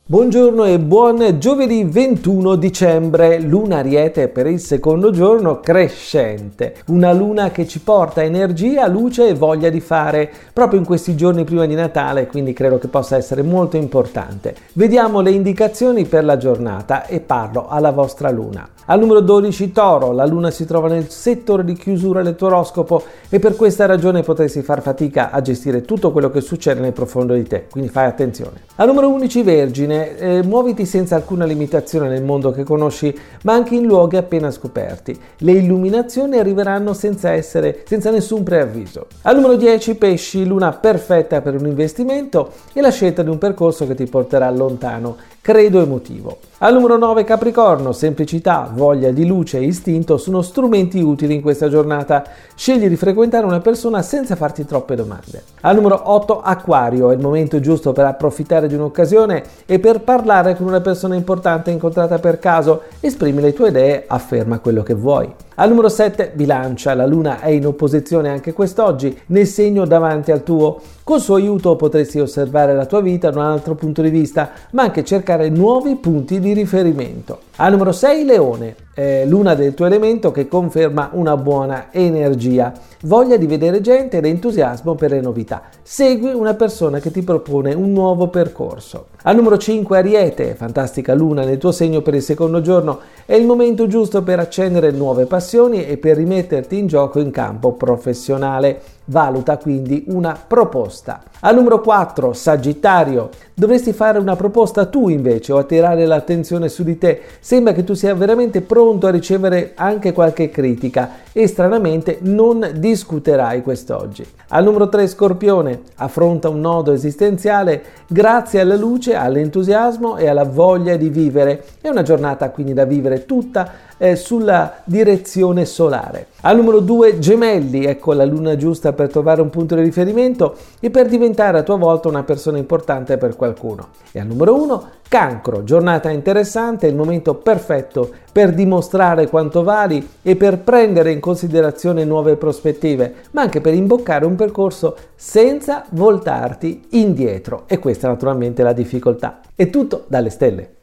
Buongiorno e buon giovedì 21 dicembre, luna Ariete per il secondo giorno crescente, una luna che ci porta energia, luce e voglia di fare proprio in questi giorni prima di Natale, quindi credo che possa essere molto importante. Vediamo le indicazioni per la giornata e parlo alla vostra luna. Al numero 12 Toro, la luna si trova nel settore di chiusura del tuo oroscopo e per questa ragione potresti far fatica a gestire tutto quello che succede nel profondo di te, quindi fai attenzione. Al numero 11 Vergine, muoviti senza alcuna limitazione nel mondo che conosci, ma anche in luoghi appena scoperti. Le illuminazioni arriveranno senza nessun preavviso. Al numero 10 Pesci, luna perfetta per un investimento e la scelta di un percorso che ti porterà lontano, credo emotivo. Al numero 9 Capricorno, semplicità, voglia di luce e istinto sono strumenti utili in questa giornata. Scegli di frequentare una persona senza farti troppe domande. Al numero 8 Acquario, è il momento giusto per approfittare di un'occasione e per parlare con una persona importante incontrata per caso. Esprimi le tue idee, afferma quello che vuoi. Al numero 7 Bilancia, la luna è in opposizione anche quest'oggi, nel segno davanti al tuo. Col suo aiuto potresti osservare la tua vita da un altro punto di vista, ma anche cercare nuovi punti di riferimento. Al numero 6 Leone, luna del tuo elemento che conferma una buona energia, voglia di vedere gente ed entusiasmo per le novità. Segui una persona che ti propone un nuovo percorso. Al numero 5 Ariete, fantastica luna nel tuo segno per il secondo giorno, è il momento giusto per accendere nuove passioni e per rimetterti in gioco in campo professionale. Valuta quindi una proposta. Al numero 4 Sagittario, dovresti fare una proposta tu invece o attirare l'attenzione su di te. Sembra che tu sia veramente pronto a ricevere anche qualche critica e stranamente non discuterai quest'oggi. Al numero 3 Scorpione, affronta un nodo esistenziale grazie alla luce, all'entusiasmo e alla voglia di vivere. È una giornata quindi da vivere tutta sulla direzione solare. Al numero 2 Gemelli, ecco la luna giusta per trovare un punto di riferimento e per diventare a tua volta una persona importante per qualcuno. E al numero 1 Cancro, giornata interessante, il momento perfetto per dimostrare quanto vali e per prendere in considerazione nuove prospettive, ma anche per imboccare un percorso senza voltarti indietro. E questa naturalmente è la difficoltà. È tutto dalle stelle.